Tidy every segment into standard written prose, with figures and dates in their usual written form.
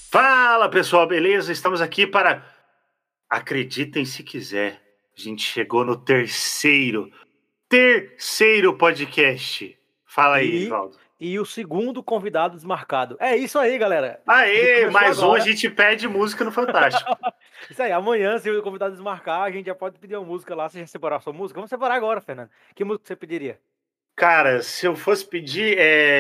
Fala pessoal, beleza? Estamos aqui para. Acreditem se quiser, a gente chegou no terceiro podcast. Fala aí, E, Valdo. e o segundo convidado desmarcado. É isso aí, galera. A gente Aê, começou mais um, a agora. gente pede música no Fantástico. Isso aí, amanhã, se o convidado desmarcar, a gente já pode pedir uma música lá. Você já separou a sua música? Vamos separar agora, Fernando. Que música você pediria? Cara, se eu fosse pedir,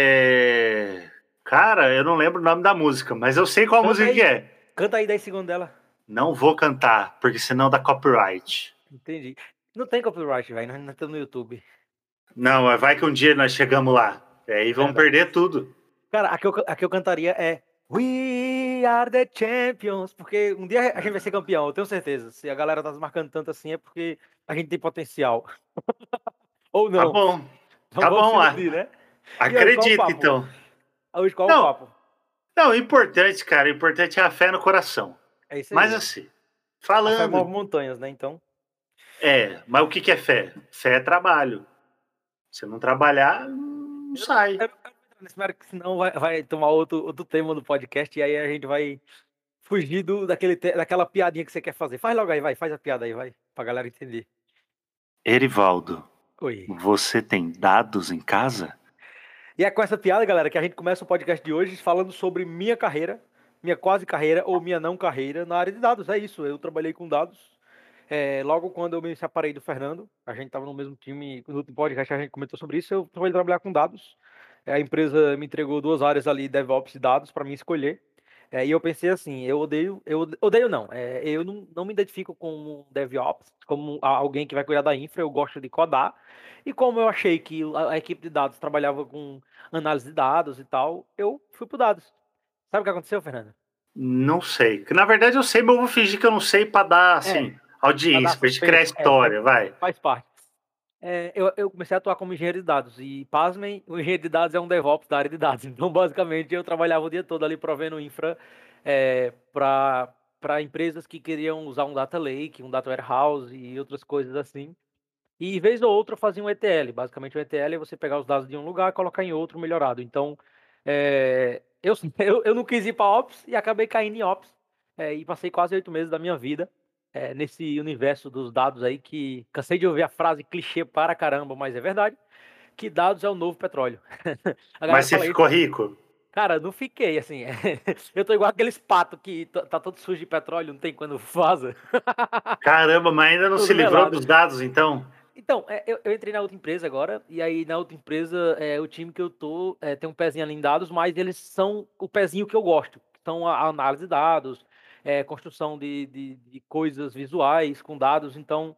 Cara, eu não lembro o nome da música, mas eu sei qual Canta música que aí. é. Canta aí 10 segundos dela. Não vou cantar, porque senão dá copyright. Entendi. Não tem copyright, velho. Nós não estamos no YouTube. Não, vai que um dia nós chegamos lá. Aí vamos Verdade. perder tudo. Cara, a que eu cantaria é We are the champions. Porque um dia a gente vai ser campeão, eu tenho certeza. Se a galera tá desmarcando tanto assim, é porque a gente tem potencial. Ou Tá não. bom, Então tá vamos se bom. iludir, né? E hoje, qual o Acredito, papo? então. Hoje, qual o Não, papo? não, importante, cara, importante é a fé no coração. É isso Mas aí. assim, A fé move falando, montanhas, né? Então, mas o que que é fé? Fé é trabalho. Se não trabalhar, não sai. eu não quero entrar nesse mérito, que senão vai tomar outro tema do podcast e aí a gente vai fugir daquela piadinha que você quer fazer. Faz logo aí, vai. Faz a piada aí, vai. Pra galera entender. Erivaldo, Oi. você tem dados em casa? E é com essa piada, galera, que a gente começa o podcast de hoje falando sobre minha carreira, minha quase carreira ou minha não carreira na área de dados. É isso, eu trabalhei com dados. Logo quando eu me separei do Fernando, a gente estava no mesmo time, no último podcast a gente comentou sobre isso, eu trabalhei trabalhar com dados. A empresa me entregou duas áreas ali, DevOps e dados, para mim escolher. E eu pensei assim, eu odeio não, eu não me identifico como um DevOps, como alguém que vai cuidar da infra, eu gosto de codar. E como eu achei que a equipe de dados trabalhava com análise de dados e tal, eu fui pro dados. Sabe o que aconteceu, Fernando? Não sei. Que na verdade eu sei, mas eu vou fingir que eu não sei pra dar, É, assim, para dar audiência, pra gente criar suspense, história, vai. faz parte. Eu comecei a atuar como engenheiro de dados e, pasmem, o engenheiro de dados é um DevOps da área de dados. Então, basicamente, eu trabalhava o dia todo ali provendo infra para empresas que queriam usar um data lake, um data warehouse e outras coisas assim. E, vez ou outra, eu fazia um ETL. Basicamente, o ETL é você pegar os dados de um lugar e colocar em outro melhorado. Então, eu não quis ir para Ops e acabei caindo em Ops. E passei quase 8 meses da minha vida nesse universo dos dados aí, que cansei de ouvir a frase clichê para caramba, mas é verdade, que dados é o novo petróleo. A galera Mas você fala isso. ficou rico? Cara, não fiquei assim. Eu tô igual aqueles patos que tá todo sujo de petróleo, não tem quando vaza. Caramba, mas ainda não se Todo livrou melado. dos dados, então? Então, eu entrei na outra empresa agora, e aí na outra empresa, o time que eu tô tem um pezinho ali em dados, mas eles são o pezinho que eu gosto. São a análise de dados, construção de coisas visuais com dados, então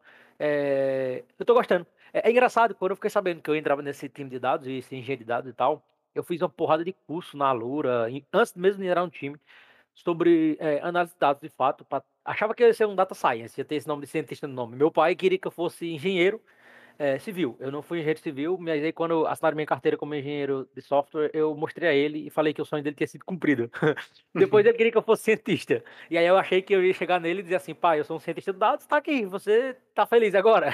eu tô gostando. É engraçado, quando eu fiquei sabendo que eu entrava nesse time de dados, e esse engenheiro de dados e tal, eu fiz uma porrada de curso na Alura, antes mesmo de entrar no time, sobre análise de dados de fato. Achava que eu ia ser um data science, ia ter esse nome de cientista no nome. Meu pai queria que eu fosse engenheiro civil. Eu não fui engenheiro civil, mas aí quando assinaram minha carteira como engenheiro de software, eu mostrei a ele e falei que o sonho dele tinha sido cumprido. Depois ele queria que eu fosse cientista. E aí eu achei que eu ia chegar nele e dizer assim, pai, eu sou um cientista de dados, tá aqui, você tá feliz agora?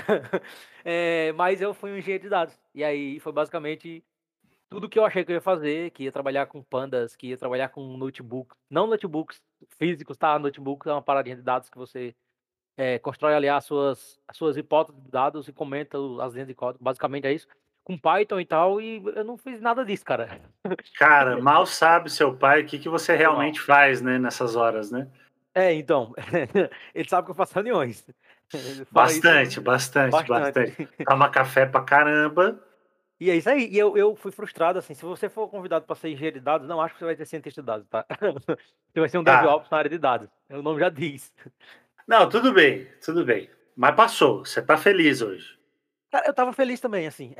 Mas eu fui um engenheiro de dados. E aí foi basicamente tudo que eu achei que eu ia fazer, que ia trabalhar com pandas, que ia trabalhar com notebooks, não notebooks físicos, tá? Notebooks é uma paradinha de dados que você constrói ali as suas hipóteses de dados e comenta as linhas de código. Basicamente é isso. Com Python e tal, e eu não fiz nada disso, cara. Cara, mal sabe seu pai o que que você Foi mal. realmente faz, né, nessas horas, né? Então, ele sabe que eu faço reuniões. Fora isso, Bastante, bastante, bastante. bastante. Toma café pra caramba. E é isso aí. E eu fui frustrado, assim, se você for convidado para ser engenheiro de dados, não acho que você vai ser cientista de dados, tá? Você vai ser um Tá. DevOps na área de dados. O nome já diz. Não, tudo bem, tudo bem. Mas passou, você tá feliz hoje. Cara, eu tava feliz também, assim.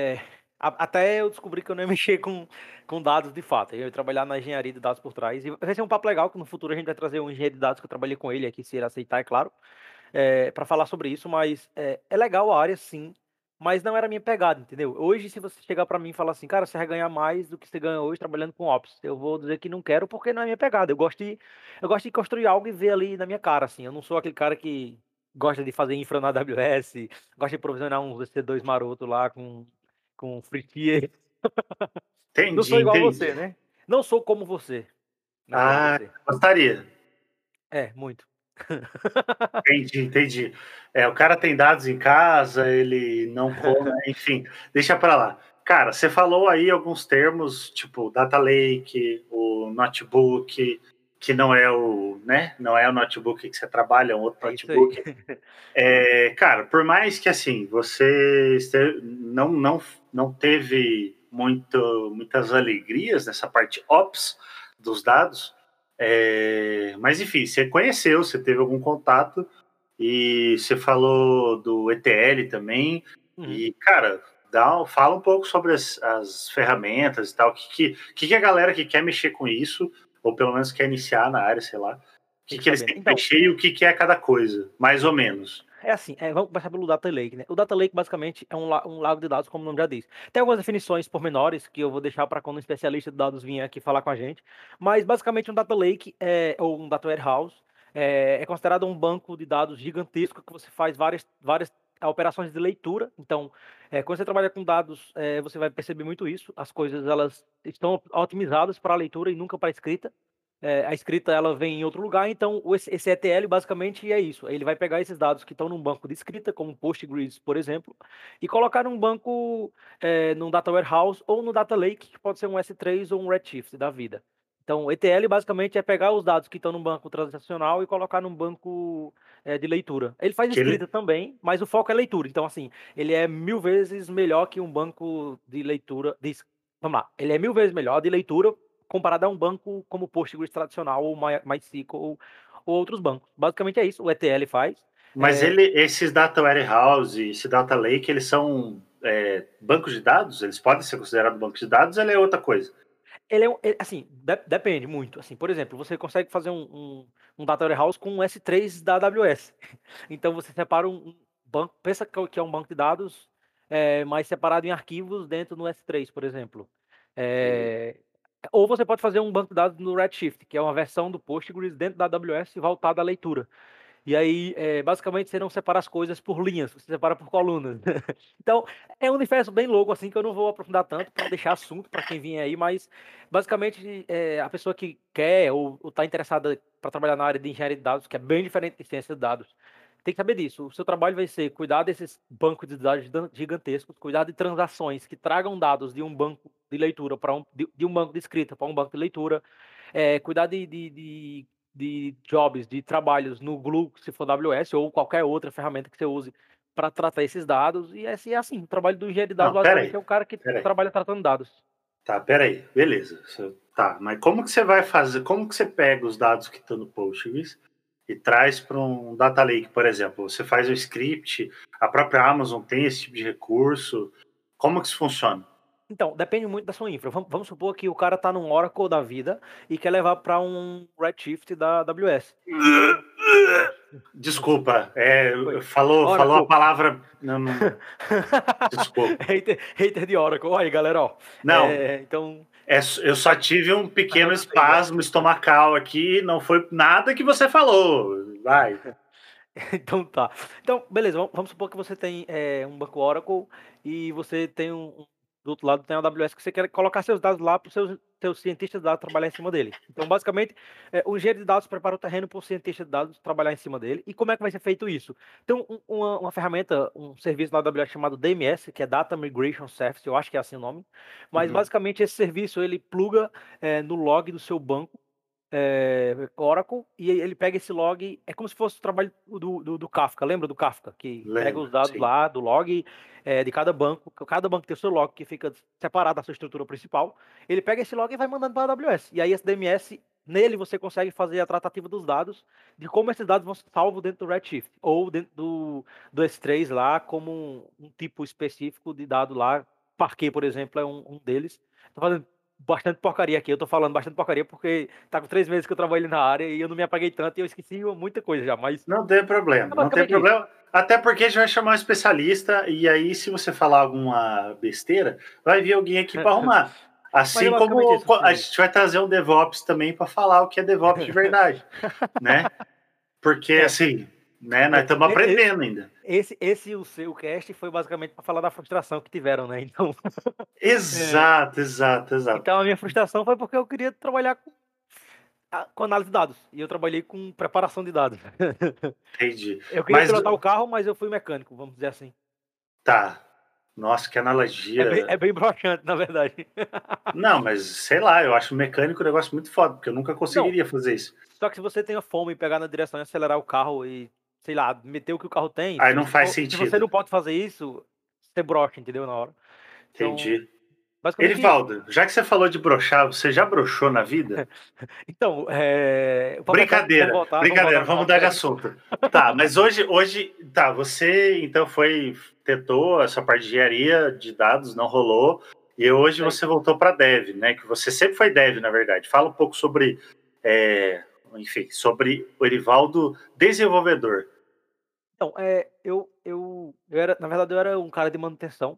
Até eu descobri que eu não ia mexer com dados de fato. Eu ia trabalhar na engenharia de dados por trás. E vai ser um papo legal, que no futuro a gente vai trazer um engenheiro de dados que eu trabalhei com ele aqui, se ele aceitar, é claro, para falar sobre isso. Mas é legal a área, sim. Mas não era a minha pegada, entendeu? Hoje, se você chegar pra mim e falar assim, cara, você vai ganhar mais do que você ganha hoje trabalhando com Ops, eu vou dizer que não quero porque não é a minha pegada. Eu gosto de construir algo e ver ali na minha cara, assim. Eu não sou aquele cara que gosta de fazer infra na AWS, gosta de provisionar uns EC2 maroto lá com free tier. Não sou Entendi, igual a você, entendi. né? Não sou como você. na época do Ah, PC. gostaria. Muito. Entendi. O cara tem dados em casa, ele não come, enfim, deixa para lá. Cara, você falou aí alguns termos, tipo data lake, o notebook, que não é o, né? Não é o notebook que você trabalha, é um outro É isso aí. notebook. Cara, por mais que assim você não teve muitas alegrias nessa parte ops dos dados, mas enfim, você conheceu, você teve algum contato e você falou do ETL também. Uhum. E, cara, fala um pouco sobre as ferramentas e tal. O que a galera que quer mexer com isso, ou pelo menos quer iniciar na área, sei lá, o Tem que, que que eles saber, têm né? que Então, mexer e o que é cada coisa, mais ou menos. é assim, vamos começar pelo Data Lake, né? O Data Lake basicamente é um lago de dados, como o nome já diz. Tem algumas definições pormenores que eu vou deixar para quando um especialista de dados vier aqui falar com a gente, mas basicamente um Data Lake ou um Data Warehouse é considerado um banco de dados gigantesco que você faz várias operações de leitura. Então, quando você trabalha com dados, você vai perceber muito isso. As coisas elas estão otimizadas para a leitura e nunca para a escrita. A escrita ela vem em outro lugar, então esse ETL basicamente é isso. Ele vai pegar esses dados que estão num banco de escrita, como Postgres, por exemplo, e colocar num banco, num Data Warehouse ou no Data Lake, que pode ser um S3 ou um Redshift da vida. Então, o ETL basicamente é pegar os dados que estão num banco transacional e colocar num banco de leitura. Ele faz Que ele, escrita também, mas o foco é leitura. Então, assim, ele é 1000 vezes melhor que um banco de leitura. Vamos lá, ele é 1000 vezes melhor de leitura comparado a um banco como o Postgres tradicional ou MySQL ou outros bancos. Basicamente é isso, o ETL faz. mas esses data warehouse, esse data lake, eles são bancos de dados? Eles podem ser considerados bancos de dados ou ele é outra coisa? Assim, depende muito. Assim, por exemplo, você consegue fazer um Data Warehouse com um S3 da AWS. Então você separa um banco, pensa que é um banco de dados, mas separado em arquivos dentro do S3, por exemplo. É, ou você pode fazer um banco de dados no Redshift, que é uma versão do Postgres dentro da AWS voltada à leitura. E aí, basicamente, você não separa as coisas por linhas, você separa por colunas. Então, é um universo bem louco, assim, que eu não vou aprofundar tanto para deixar assunto para quem vier aí, mas, basicamente, a pessoa que quer ou está interessada para trabalhar na área de engenharia de dados, que é bem diferente de ciência de dados, tem que saber disso. O seu trabalho vai ser cuidar desses bancos de dados gigantescos, cuidar de transações que tragam dados de um banco de leitura para de um banco de escrita para um banco de leitura, cuidar de jobs, de trabalhos no Glue, se for AWS, ou qualquer outra ferramenta que você use para tratar esses dados. E é assim, o trabalho do engenheiro de dados Não, peraí, basicamente é o cara que peraí. trabalha tratando dados. Tá, peraí, beleza. Tá, mas como que você vai fazer? Como que você pega os dados que estão no Postgres e traz para um data lake, por exemplo? Você faz o script, a própria Amazon tem esse tipo de recurso. Como que isso funciona? Então, depende muito da sua infra. Vamos supor que o cara está num Oracle da vida e quer levar para um Redshift da AWS. Desculpa, Foi. falou a Oracle. palavra. Não, não, desculpa. Hater de Oracle. Olha aí, galera, ó. Não, Então, eu só tive um tá pequeno jogando bem, né? espasmo estomacal aqui, não foi nada que você falou. Vai. Então tá. Então, beleza, vamos supor que você tem um banco Oracle e você tem do outro lado tem a AWS que você quer colocar seus dados lá para os seus cientistas de dados trabalhar em cima dele. Então, basicamente, o engenheiro de dados prepara o terreno para o cientista de dados trabalhar em cima dele. E como é que vai ser feito isso? Tem uma ferramenta, um serviço na AWS chamado DMS, que é Data Migration Service, eu acho que é assim o nome. Mas, Uhum. basicamente, esse serviço, ele pluga no log do seu banco Oracle, e ele pega esse log, é como se fosse o trabalho do Kafka, lembra do Kafka? Que pega os Lembro, dados sim. lá do log de cada banco tem o seu log, que fica separado da sua estrutura principal, ele pega esse log e vai mandando para a AWS, e aí esse DMS, nele você consegue fazer a tratativa dos dados, de como esses dados vão ser salvos dentro do Redshift, ou dentro do S3 lá, como um tipo específico de dado lá, Parquet, por exemplo, é um deles. Tô fazendo bastante porcaria aqui. Eu tô falando bastante porcaria porque tá com 3 meses que eu trabalho na área e eu não me apaguei tanto e eu esqueci muita coisa já, mas Não tem problema, é não tem basicamente isso. problema. Até porque a gente vai chamar um especialista e aí, se você falar alguma besteira, vai vir alguém aqui para arrumar. Mas é Assim basicamente como isso, a assim. gente vai trazer um DevOps também para falar o que é DevOps de verdade, né? Porque É, assim, né? Nós é, estamos é, é, aprendendo ainda. esse o seu cast foi basicamente para falar da frustração que tiveram, né? Então, é, Exato, exato, exato. então a minha frustração foi porque eu queria trabalhar com com análise de dados. E eu trabalhei com preparação de dados. Entendi. Eu queria Mas, pilotar o carro, mas eu fui mecânico, vamos dizer assim. tá. Nossa, que É analogia. bem broxante, na verdade. Não, mas sei lá, eu acho mecânico um negócio muito foda, porque eu nunca Não, conseguiria fazer isso. só que se você tem a fome e pegar na direção e acelerar o carro e, sei lá, meter o que o carro tem, Aí não faz se você sentido. não pode fazer isso, você brocha, entendeu? Na hora. Então, Entendi. basicamente isso. Erivaldo, já que você falou de brochar, você já brochou na vida? Então, o papo é técnico, Brincadeira, vamos voltar brincadeira, pro vamos papo mudar de técnico. assunto. Tá, mas hoje, tá, você então tentou essa parte de engenharia de dados, não rolou, e hoje Isso aí. você voltou para dev, né? Que você sempre foi dev, na verdade. Fala um pouco sobre, enfim, sobre o Erivaldo desenvolvedor. Então, eu era, na verdade, eu era um cara de manutenção.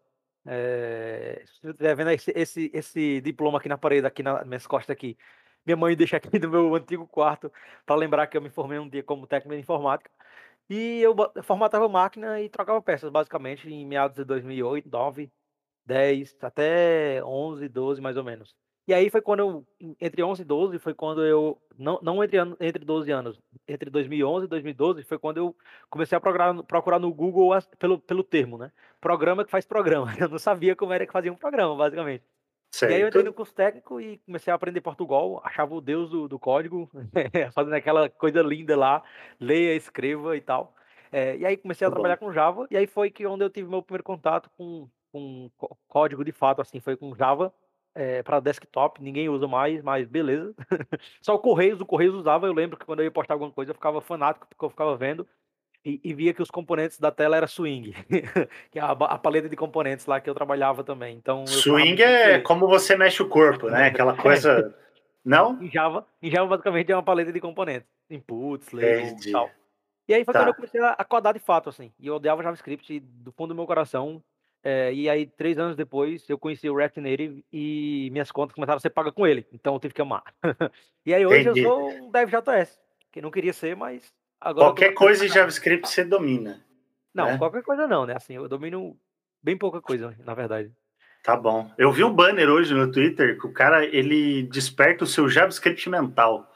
Se você estiver vendo esse diploma aqui na parede, aqui nas minhas costas aqui, minha mãe deixa aqui no meu antigo quarto para lembrar que eu me formei um dia como técnico de informática. E eu formatava máquina e trocava peças, basicamente, em meados de 2008, 9, 10, até 11, 12, mais ou menos. E aí foi quando entre 11 e 12, foi quando eu, não entre 12 anos, entre 2011 e 2012, foi quando eu comecei a procurar no Google pelo termo, né? Programa que faz programa. Eu não sabia como era que fazia um programa, basicamente. E aí eu entrei no Certo? curso técnico e comecei a aprender Portugal, achava o deus do código, fazendo aquela coisa linda lá, leia, escreva e tal. E aí comecei a Tá bom. trabalhar com Java, e aí foi que onde eu tive meu primeiro contato com código de fato, assim, foi com Java, para desktop, ninguém usa mais, mas beleza. Só o Correios usava, eu lembro que quando eu ia postar alguma coisa eu ficava fanático, porque eu ficava vendo, e via que os componentes da tela era swing, que é a paleta de componentes lá que eu trabalhava também. Então eu ficava Swing muito é feliz. como você mexe o corpo, né? Aquela É, coisa. Não? em Java basicamente é uma paleta de componentes, inputs, labels e Entendi. tal. E aí foi quando eu Tá. comecei a codar de fato, assim. E eu odiava JavaScript do fundo do meu coração. E aí, 3 anos depois, eu conheci o React Native e minhas contas começaram a ser pagas com ele. Então eu tive que amar. E aí hoje eu Entendi. sou um dev.js, que não queria ser, mas agora eu tô Qualquer batendo coisa na em carreira. JavaScript você domina, Não, né? qualquer coisa não, né? Assim, eu domino bem pouca coisa, na verdade. Tá bom. Eu vi um banner hoje no Twitter que o cara ele desperta o seu JavaScript mental.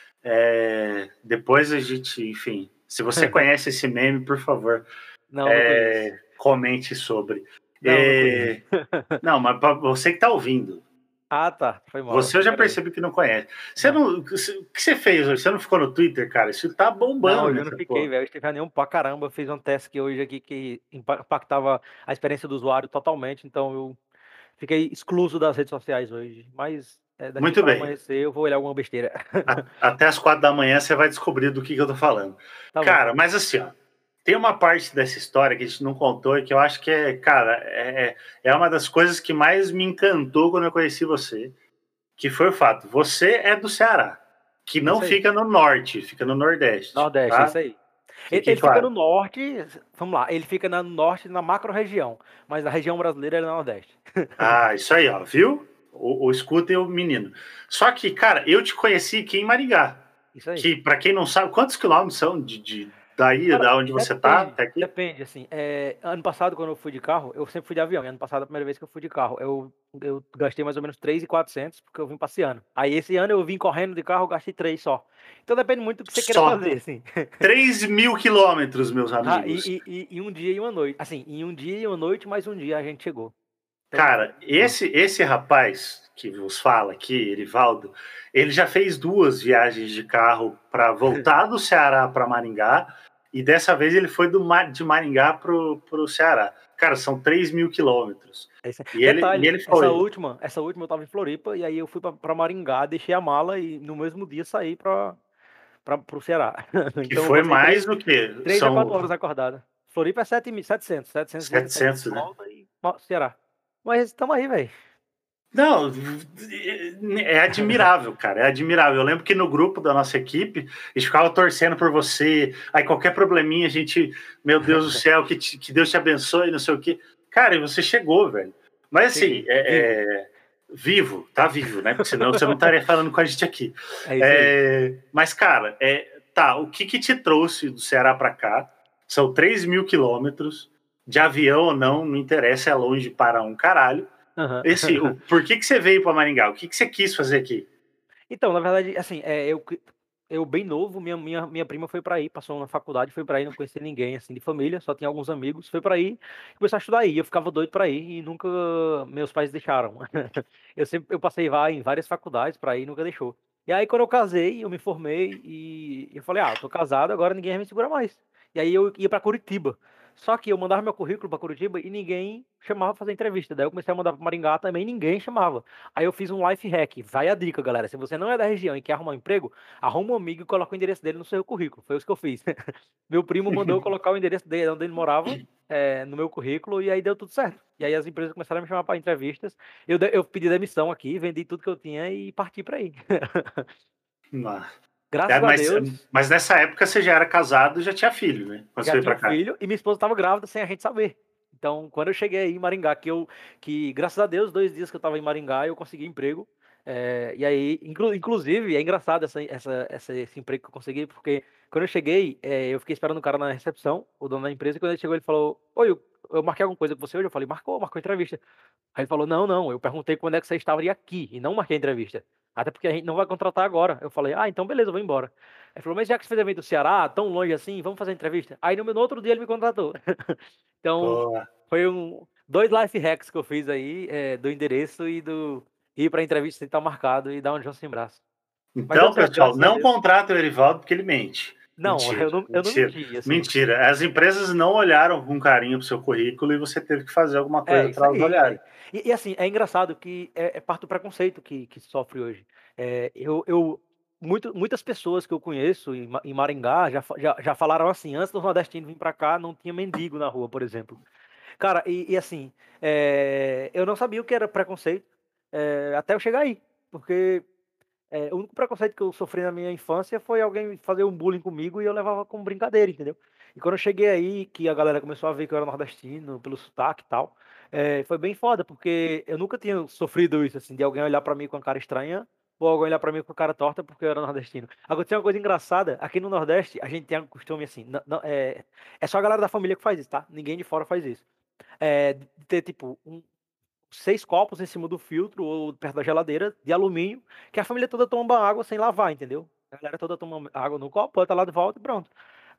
Depois a gente, enfim, se você conhece esse meme, por favor, Não, não conheço. comente sobre. Não, não conheço. Não, mas para você que está ouvindo, Ah, tá. Foi mal, você eu sem já querer. percebi que não conhece. Você Não. não, o que você fez hoje? Você não ficou no Twitter, cara? Isso tá Não, bombando hoje eu não nessa fiquei, porra. velho. Eu estive nenhum pra caramba. Eu fiz um teste hoje aqui que impactava a experiência do usuário totalmente. Então eu fiquei excluso das redes sociais hoje. Mas daqui Muito para bem. amanhecer eu vou olhar alguma besteira. Até as 4 da manhã você vai descobrir do que eu tô falando. Tá bom. Cara, mas assim, ó, tem uma parte dessa história que a gente não contou e que eu acho que cara, é uma das coisas que mais me encantou quando eu conheci você, que foi o fato, você é do Ceará, que É não isso aí. fica no norte, fica no nordeste, Nordeste, é tá? isso aí. Ele, Fique ele fica no claro. norte, vamos lá, ele fica no norte, na macro-região, mas a região brasileira é no Nordeste. Ah, isso aí, ó, viu? O escuta e o menino. Só que, cara, eu te conheci aqui em Maringá, Isso aí. que para quem não sabe, quantos quilômetros são daí, Cara, da onde você tá, depende, até aqui? depende, assim, ano passado quando eu fui de carro, eu sempre fui de avião, e ano passado a primeira vez que eu fui de carro, eu gastei mais ou menos 3.400 porque eu vim passeando. Aí esse ano eu vim correndo de carro, eu gastei 3 só. Então depende muito do que você queira Só fazer, assim. 3.000 quilômetros, meus Ah, amigos. e um dia e uma noite, assim, em um dia e uma noite, mais um dia a gente chegou. Então foi Cara, de boa. esse rapaz que vos fala aqui, Erivaldo, ele já fez 2 viagens de carro para voltar do Ceará para Maringá, e dessa vez ele foi de Maringá pro Ceará. Cara, são 3.000 quilômetros. É isso aí. E Detalhe, ele essa foi. última, essa última eu tava em Floripa, e aí eu fui pra Maringá, deixei a mala e no mesmo dia saí pro Ceará. Que Então eu foi passei mais do que? 3 a 4 horas acordado. Floripa é 700 ida, 700 700, de né? volta e Ceará. Mas estamos aí, velho. Não, é admirável, cara. É admirável. Eu lembro que no grupo da nossa equipe, a gente ficava torcendo por você. Aí qualquer probleminha, a gente, meu Deus do céu, que Deus te abençoe, não sei o quê. Cara, e você chegou, velho. Mas assim, Cheguei, vivo. vivo, tá vivo, né? Porque senão você não estaria falando com a gente aqui. É isso aí. Mas, cara, tá, o que te trouxe do Ceará para cá? São 3.000 quilômetros, de avião ou não, não interessa, é longe para um caralho. Aham. Por que você veio para Maringá? O que você quis fazer aqui? Então, na verdade, assim, eu bem novo, minha prima foi pra aí, passou na faculdade, foi pra aí, não conhecia ninguém, assim, de família, só tinha alguns amigos, foi pra aí, começou a estudar aí, eu ficava doido pra ir e nunca meus pais deixaram. Eu passei em várias faculdades pra ir, nunca deixou. E aí, quando eu casei, eu me formei e eu falei, eu tô casado, agora ninguém vai me segurar mais. E aí eu ia pra Curitiba. Só que eu mandava meu currículo pra Curitiba e ninguém chamava pra fazer entrevista. Daí eu comecei a mandar pra Maringá também, ninguém chamava. Aí eu fiz um life hack. Vai a dica, galera. Se você não é da região e quer arrumar um emprego, arruma um amigo e coloca o endereço dele no seu currículo. Foi isso que eu fiz. Meu primo mandou eu colocar o endereço dele, onde ele morava, no meu currículo, e aí deu tudo certo. E aí as empresas começaram a me chamar para entrevistas. Eu pedi demissão aqui, vendi tudo que eu tinha e parti para aí. Ah. Graças a Mas, Deus, mas nessa época você já era casado e já tinha filho, né? Quando você já veio tinha pra um cá. filho e minha esposa estava grávida sem a gente saber. Então, quando eu cheguei aí em Maringá, que graças a Deus, 2 dias que eu estava em Maringá, eu consegui emprego. E aí, inclusive, é engraçado esse emprego que eu consegui, porque quando eu cheguei, eu fiquei esperando o cara na recepção, o dono da empresa, e quando ele chegou, ele falou: Oi, eu marquei alguma coisa com você hoje? Eu falei: marcou entrevista. Aí ele falou: Não, não, eu perguntei quando é que você estaria aqui e não marquei a entrevista. Até porque a gente não vai contratar agora. Eu falei: então beleza, eu vou embora. Ele falou: Mas já que você fez evento do Ceará, tão longe assim, vamos fazer a entrevista? Aí no outro dia ele me contratou. Então, Pô. foi dois life hacks que eu fiz aí, do endereço e do ir pra entrevista sem estar marcado e dar um João sem braço. Mas deu Então, certo, pessoal, graças a não Deus. contrata o Erivaldo porque ele mente. Não, Mentira, eu não mentira, menti, assim. mentira. As empresas não olharam com carinho para o seu currículo e você teve que fazer alguma É, coisa isso para elas aí, olharem. velho. E, assim, é engraçado que é parte do preconceito que sofre hoje. Muitas pessoas que eu conheço em Maringá já falaram assim, antes dos nordestinos vir pra cá, não tinha mendigo na rua, por exemplo. Cara, assim, eu não sabia o que era preconceito, até eu chegar aí. Porque o único preconceito que eu sofri na minha infância foi alguém fazer um bullying comigo e eu levava como brincadeira, entendeu? E quando eu cheguei aí, que a galera começou a ver que eu era nordestino, pelo sotaque e tal, foi bem foda, porque eu nunca tinha sofrido isso, assim, de alguém olhar pra mim com a cara estranha ou alguém olhar pra mim com a cara torta porque eu era nordestino. Aconteceu uma coisa engraçada, aqui no Nordeste, a gente tem um costume assim, é só a galera da família que faz isso, tá? Ninguém de fora faz isso. De ter, tipo, 6 copos em cima do filtro ou perto da geladeira de alumínio, que a família toda toma água sem lavar, entendeu? A galera toda toma água no copo, bota lá de volta e pronto.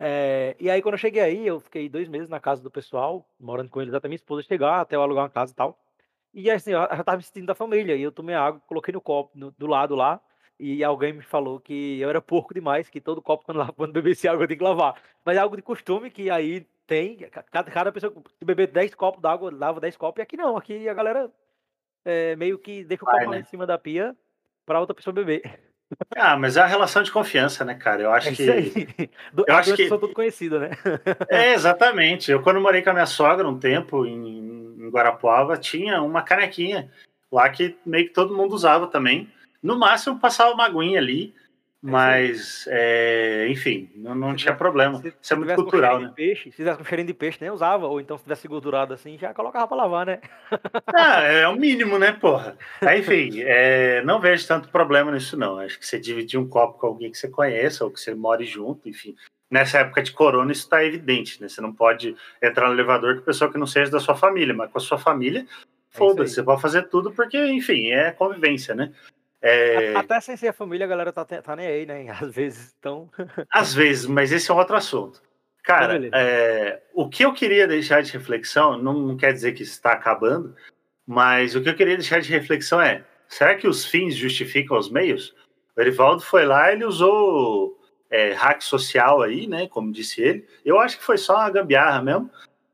E aí, quando eu cheguei aí, eu fiquei 2 meses na casa do pessoal, morando com eles até minha esposa chegar, até eu alugar uma casa e tal. E assim, eu já tava me sentindo da família, e eu tomei água, coloquei no copo, do lado lá, e alguém me falou que eu era porco demais, que todo copo, quando bebesse água, eu tenho que lavar. Mas é algo de costume que aí tem, cada pessoa que beber 10 copos d'água, lava 10 copos, e aqui não, aqui a galera meio que deixa o Vai, copo lá em né? cima da pia pra outra pessoa beber. Ah, mas é a relação de confiança, né, cara? Eu É acho isso aí. que. Eu As acho doenças são que. tudo conhecidas, né? Exatamente. Eu, quando morei com a minha sogra um tempo em Guarapuava, tinha uma canequinha lá que meio que todo mundo usava também. No máximo, passava uma aguinha ali, É isso aí. mas, enfim, não Se tinha tivesse, problema. se, Isso é se muito tivesse com cheirinho cultural, de né? peixe, se tivesse com cheirinho de peixe, nem usava, ou então se tivesse gordurado assim, já colocava pra lavar, né? Ah, é o mínimo, né, porra? Enfim, não vejo tanto problema nisso, não. Acho que você dividir um copo com alguém que você conheça ou que você more junto, enfim. Nessa época de corona, isso está evidente, né? Você não pode entrar no elevador com pessoa que não seja da sua família, mas com a sua família, É isso foda-se, aí. você pode fazer tudo porque, enfim, é convivência, né? É, Até sem ser a família, a galera tá nem aí, né? Às vezes, então. às vezes, mas esse é um outro assunto. Então, Cara, beleza. o que eu queria deixar de reflexão, não quer dizer que está acabando, mas o que eu queria deixar de reflexão é: será que os fins justificam os meios? O Erivaldo foi lá, ele usou hack social aí, né? Como disse ele. Eu acho que foi só uma gambiarra mesmo.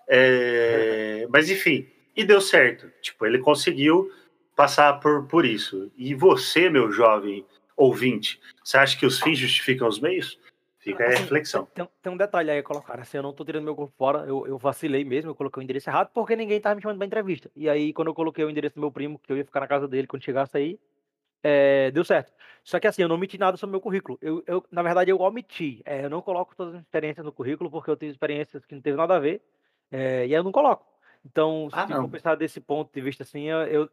Mas enfim, e deu certo. Tipo, ele conseguiu passar por isso. E você, meu jovem ouvinte, você acha que os fins justificam os meios? Fica aí a Assim, reflexão. tem um detalhe aí a colocar. Assim, eu não tô tirando meu corpo fora, eu vacilei mesmo, eu coloquei o endereço errado porque ninguém tava me chamando pra entrevista. E aí, quando eu coloquei o endereço do meu primo, que eu ia ficar na casa dele quando chegasse aí, deu certo. Só que assim, eu não omiti nada sobre o meu currículo. Na verdade, eu omiti. Eu não coloco todas as experiências no currículo porque eu tive experiências que não teve nada a ver, e aí eu não coloco. Então, Ah, se for não. pensar desse ponto de vista assim,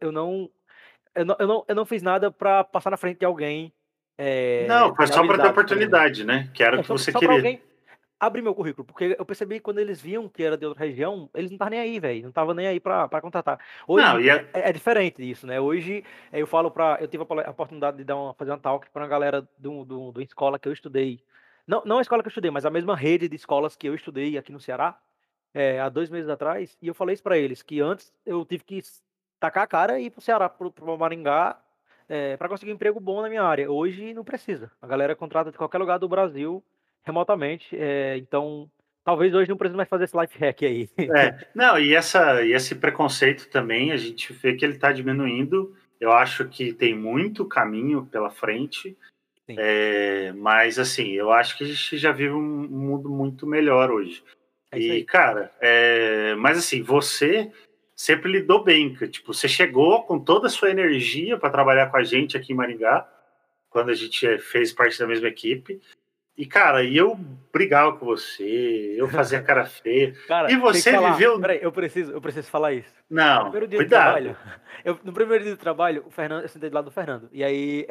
eu não fiz nada pra passar na frente de alguém Não, foi de só para ter habilidades, por exemplo. oportunidade, né? Que era o que você Só para queria. alguém. abrir meu currículo, porque eu percebi que quando eles viam que era de outra região, eles não estavam nem aí, velho, não estavam nem aí pra contratar. Não, Hoje é diferente disso, né? Hoje eu falo eu tive a oportunidade de fazer uma talk pra uma galera de uma escola que eu estudei. Não a escola que eu estudei, mas a mesma rede de escolas que eu estudei aqui no Ceará, há 2 meses atrás, e eu falei isso pra eles, que antes eu tive que tacar a cara e ir pro Ceará, pro Maringá, para conseguir um emprego bom na minha área. Hoje não precisa. A galera contrata de qualquer lugar do Brasil remotamente. Então, talvez hoje não precise mais fazer esse life hack aí. não, e esse preconceito também, a gente vê que ele está diminuindo. Eu acho que tem muito caminho pela frente, Sim, mas assim, eu acho que a gente já vive um mundo muito melhor hoje. é isso E, aí. cara, mas assim, você sempre lidou bem, tipo, você chegou com toda a sua energia para trabalhar com a gente aqui em Maringá, quando a gente fez parte da mesma equipe. E, cara, eu brigava com você, eu fazia cara feia. Cara, E tem que você falar. viveu. Peraí, eu preciso falar isso. No Não, primeiro dia de trabalho, cuidado. no primeiro dia de trabalho, o Fernando, eu sentei do lado do Fernando. E aí,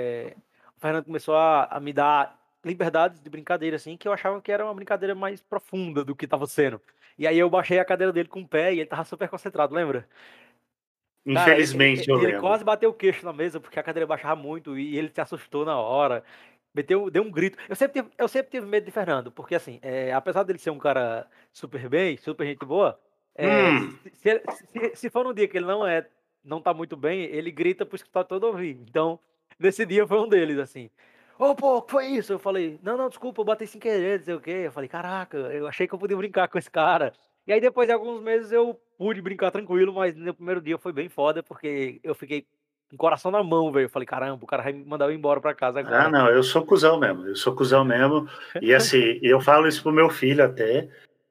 o Fernando começou a me dar liberdades de brincadeira, assim, que eu achava que era uma brincadeira mais profunda do que estava sendo. E aí eu baixei a cadeira dele com o pé e ele tava super concentrado, lembra? Cara, Infelizmente, eu ele lembro. quase bateu o queixo na mesa porque a cadeira baixava muito e ele se assustou na hora. Deu um grito. Eu sempre tive medo de Fernando, porque assim, apesar dele ser um cara super bem, super gente boa, Hum, se for um dia que ele não tá muito bem, ele grita pro escritório todo ouvir. Então, nesse dia foi um deles, assim. Ô, pô, o que foi isso? Eu falei, não, não, desculpa, eu bati sem querer, não sei o quê. Eu falei, caraca, eu achei que eu podia brincar com esse cara. E aí, depois de alguns meses, eu pude brincar tranquilo, mas no primeiro dia foi bem foda, porque eu fiquei com o coração na mão, velho. Eu falei, caramba, o cara vai me mandar eu embora pra casa agora. não, eu sou cuzão mesmo, eu sou cuzão mesmo. E assim, eu falo isso pro meu filho até.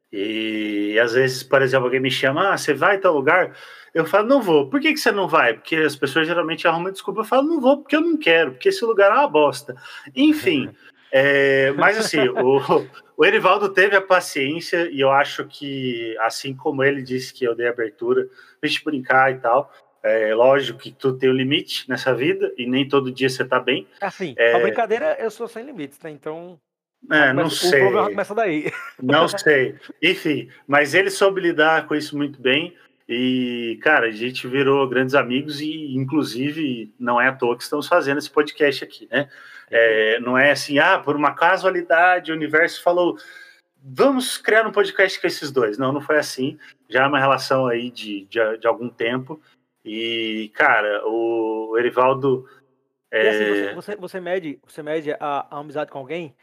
E às vezes, por exemplo, alguém me chama, você vai a tal lugar? Eu falo, não vou. Por que você não vai? Porque as pessoas geralmente arrumam desculpa. Eu falo, não vou porque eu não quero, porque esse lugar é uma bosta. Enfim, mas assim, o Erivaldo teve a paciência e eu acho que, assim como ele disse que eu dei abertura, a gente brincar e tal, lógico que tudo tem um limite nessa vida e nem todo dia você tá bem. Assim, pra brincadeira eu sou sem limites, né? Então, Não o problema já sei. começa daí. Não sei. Enfim, mas ele soube lidar com isso muito bem. E, cara, a gente virou grandes amigos e, inclusive, não é à toa que estamos fazendo esse podcast aqui, né? É isso aí. Não é assim, por uma casualidade, o universo falou, vamos criar um podcast com esses dois. Não, não foi assim. Já é uma relação aí de algum tempo. E, cara, o Erivaldo. E assim, você mede a amizade com alguém,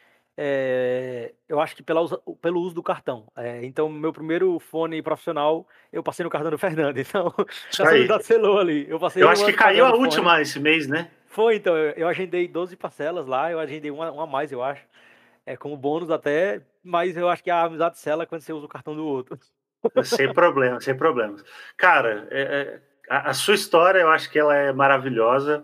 eu acho que pelo uso do cartão. Então, meu primeiro fone profissional, eu passei no cartão do Fernando. Então, Isso essa aí. amizade selou ali. Eu passei Eu um acho que ano caiu pagando a o fone. última esse mês, né? Foi, então, eu agendei 12 parcelas lá, eu agendei uma a mais, eu acho. Como bônus até, mas eu acho que a amizade sela quando você usa o cartão do outro. Sem problemas, sem problemas. Cara, a sua história eu acho que ela é maravilhosa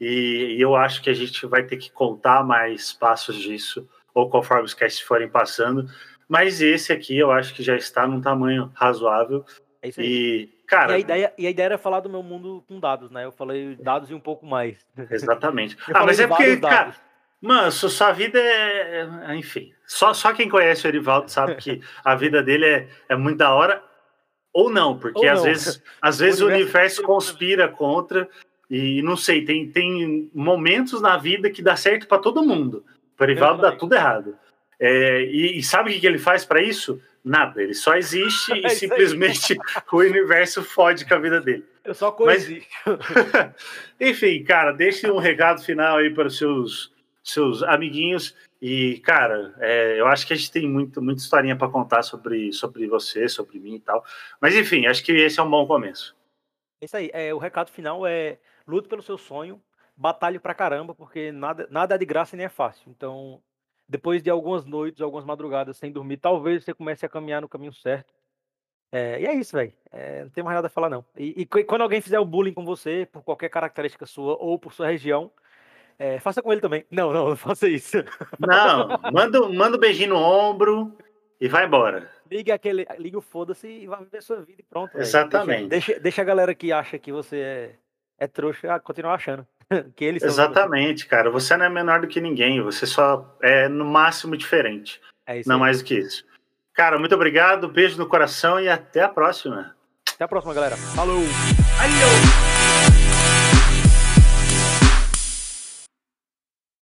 e eu acho que a gente vai ter que contar mais passos disso, ou conforme os casts forem passando. Mas esse aqui eu acho que já está num tamanho razoável. É isso aí. E, E a cara, ideia, e a ideia era falar do meu mundo com dados, né? Eu falei dados e um pouco mais. exatamente. Eu falei Mas de é vários porque, dados. cara, mano, sua vida enfim, só quem conhece o Erivaldo sabe que a vida dele é muito da hora. Ou não, porque Ou às não. vezes, às O vezes o universo universo conspira contra mim. conspira contra, e não sei, tem momentos na vida que dá certo para todo mundo. Para o Rivaldo dá Exatamente. tudo errado. E sabe o que ele faz para isso? Nada, ele só existe e É isso aí. simplesmente o universo fode com a vida dele. Eu só Mas, coexisto. enfim, cara, deixe um recado final aí para os seus amiguinhos. E, cara, eu acho que a gente tem muita historinha para contar sobre você, sobre mim e tal. Mas, enfim, acho que esse é um bom começo. É isso aí. O recado final é: lute pelo seu sonho, batalhe pra caramba, porque nada é de graça e nem é fácil. Então, depois de algumas noites, algumas madrugadas sem dormir, talvez você comece a caminhar no caminho certo. E é isso, velho. Não tem mais nada a falar, não. E quando alguém fizer o bullying com você, por qualquer característica sua ou por sua região, faça com ele também. Não, não, não faça isso. Não, manda um beijinho no ombro e vai embora. Liga o foda-se e vai viver sua vida e pronto, velho. Deixa, Exatamente. deixa, deixa a galera que acha que você é trouxa continuar achando que eles são trouxas. Exatamente, cara. Você não é menor do que ninguém, você só é no máximo diferente. É isso Não aí. mais do que isso. Cara, muito obrigado, beijo no coração e até a próxima. Até a próxima, galera. Falou! Valeu!